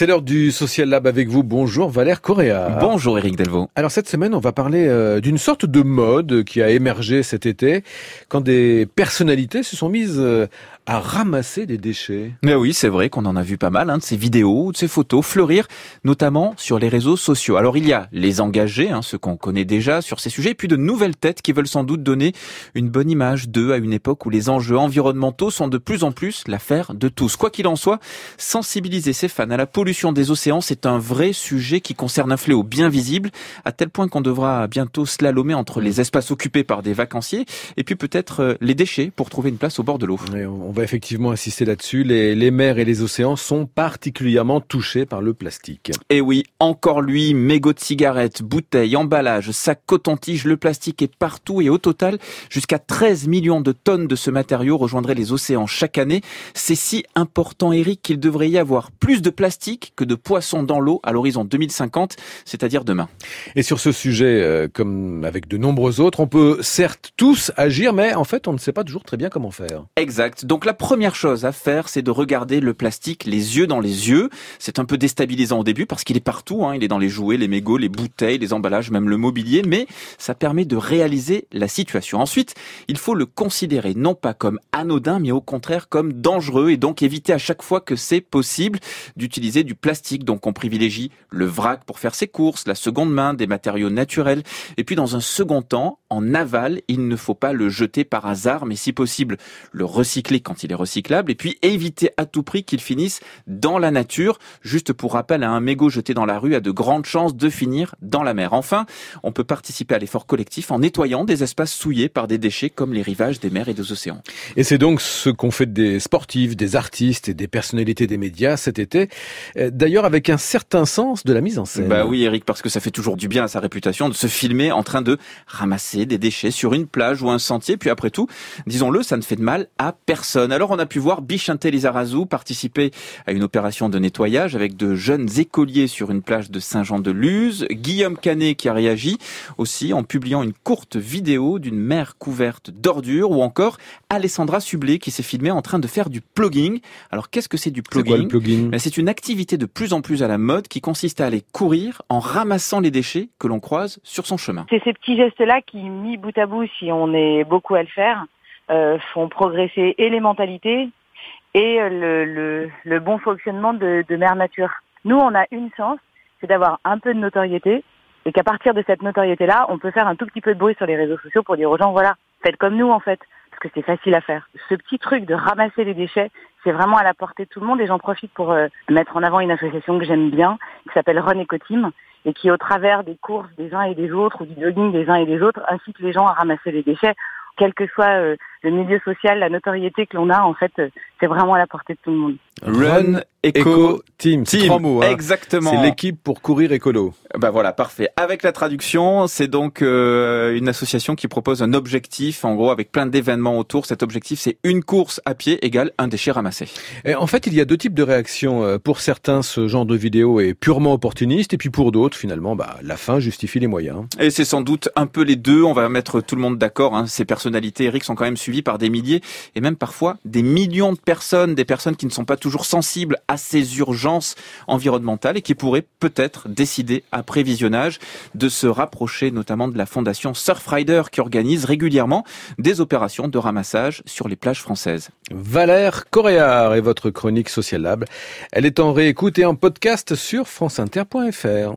C'est l'heure du Social Lab avec vous. Bonjour Valère Correa. Bonjour Éric Delvaux. Alors cette semaine, on va parler d'une sorte de mode qui a émergé cet été quand des personnalités se sont mises à ramasser des déchets. Mais oui, c'est vrai qu'on en a vu pas mal, de ces vidéos, de ces photos fleurir, notamment sur les réseaux sociaux. Alors il y a les engagés, ceux qu'on connaît déjà sur ces sujets, puis de nouvelles têtes qui veulent sans doute donner une bonne image d'eux à une époque où les enjeux environnementaux sont de plus en plus l'affaire de tous. Quoi qu'il en soit, sensibiliser ses fans à la pollution des océans, c'est un vrai sujet qui concerne un fléau bien visible, à tel point qu'on devra bientôt slalomer entre les espaces occupés par des vacanciers et puis peut-être les déchets pour trouver une place au bord de l'eau. Et on va effectivement insister là-dessus. Les mers et les océans sont particulièrement touchés par le plastique. Et oui, encore lui, mégots de cigarettes, bouteilles, emballages, sacs, coton-tiges, le plastique est partout et au total, jusqu'à 13 millions de tonnes de ce matériau rejoindraient les océans chaque année. C'est si important, Eric, qu'il devrait y avoir plus de plastique que de poissons dans l'eau à l'horizon 2050, c'est-à-dire demain. Et sur ce sujet, comme avec de nombreux autres, on peut certes tous agir, mais en fait, on ne sait pas toujours très bien comment faire. Exact. Donc la première chose à faire, c'est de regarder le plastique les yeux dans les yeux. C'est un peu déstabilisant au début parce qu'il est partout, il est dans les jouets, les mégots, les bouteilles, les emballages, même le mobilier, mais ça permet de réaliser la situation. Ensuite, il faut le considérer non pas comme anodin, mais au contraire comme dangereux et donc éviter à chaque fois que c'est possible d'utiliser du plastique. Donc on privilégie le vrac pour faire ses courses, la seconde main, des matériaux naturels. Et puis dans un second temps, en aval, il ne faut pas le jeter par hasard, mais si possible, le recycler quand il est recyclable et puis éviter à tout prix qu'il finisse dans la nature. Juste pour rappel, un mégot jeté dans la rue a de grandes chances de finir dans la mer. Enfin, on peut participer à l'effort collectif en nettoyant des espaces souillés par des déchets comme les rivages des mers et des océans. Et c'est donc ce qu'ont fait des sportifs, des artistes et des personnalités des médias cet été, d'ailleurs avec un certain sens de la mise en scène. Bah oui Eric, parce que ça fait toujours du bien à sa réputation de se filmer en train de ramasser des déchets sur une plage ou un sentier, puis après tout, disons-le, ça ne fait de mal à personne. Alors on a pu voir Bichente Lizarazu participer à une opération de nettoyage avec de jeunes écoliers sur une plage de Saint-Jean-de-Luz, Guillaume Canet qui a réagi aussi en publiant une courte vidéo d'une mer couverte d'ordures, ou encore Alessandra Sublet qui s'est filmée en train de faire du plugging. Alors qu'est-ce que c'est du plugging ? C'est quoi le plugging ? C'est une activité de plus en plus à la mode qui consiste à aller courir en ramassant les déchets que l'on croise sur son chemin. C'est ces petits gestes-là qui, mis bout à bout, si on est beaucoup à le faire, font progresser et les mentalités et le bon fonctionnement de Mère Nature. Nous, on a une chance, c'est d'avoir un peu de notoriété et qu'à partir de cette notoriété-là, on peut faire un tout petit peu de bruit sur les réseaux sociaux pour dire aux gens, voilà, faites comme nous en fait, parce que c'est facile à faire. Ce petit truc de ramasser les déchets, c'est vraiment à la portée de tout le monde et j'en profite pour mettre en avant une association que j'aime bien, qui s'appelle Run Eco Team et qui, au travers des courses des uns et des autres ou du jogging des uns et des autres, incite les gens à ramasser les déchets. Quel que soit le milieu social, la notoriété que l'on a, en fait, c'est vraiment à la portée de tout le monde. Run Eco Team, c'est 3 mots. Exactement. C'est l'équipe pour courir écolo. Voilà, parfait. Avec la traduction, c'est donc une association qui propose un objectif, en gros, avec plein d'événements autour. Cet objectif, c'est une course à pied égale un déchet ramassé. Et en fait, il y a deux types de réactions. Pour certains, ce genre de vidéo est purement opportuniste, et puis pour d'autres, finalement, la fin justifie les moyens. Et c'est sans doute un peu les deux. On va mettre tout le monde d'accord. Ces personnalités, Eric, sont quand même suivies par des milliers et même parfois des millions de personnes, des personnes qui ne sont pas toujours sensibles à ces urgences environnementales et qui pourraient peut-être décider, après visionnage, de se rapprocher notamment de la fondation Surfrider qui organise régulièrement des opérations de ramassage sur les plages françaises. Valère Correa est votre chronique Social Lab. Elle est en réécoute et en podcast sur franceinter.fr.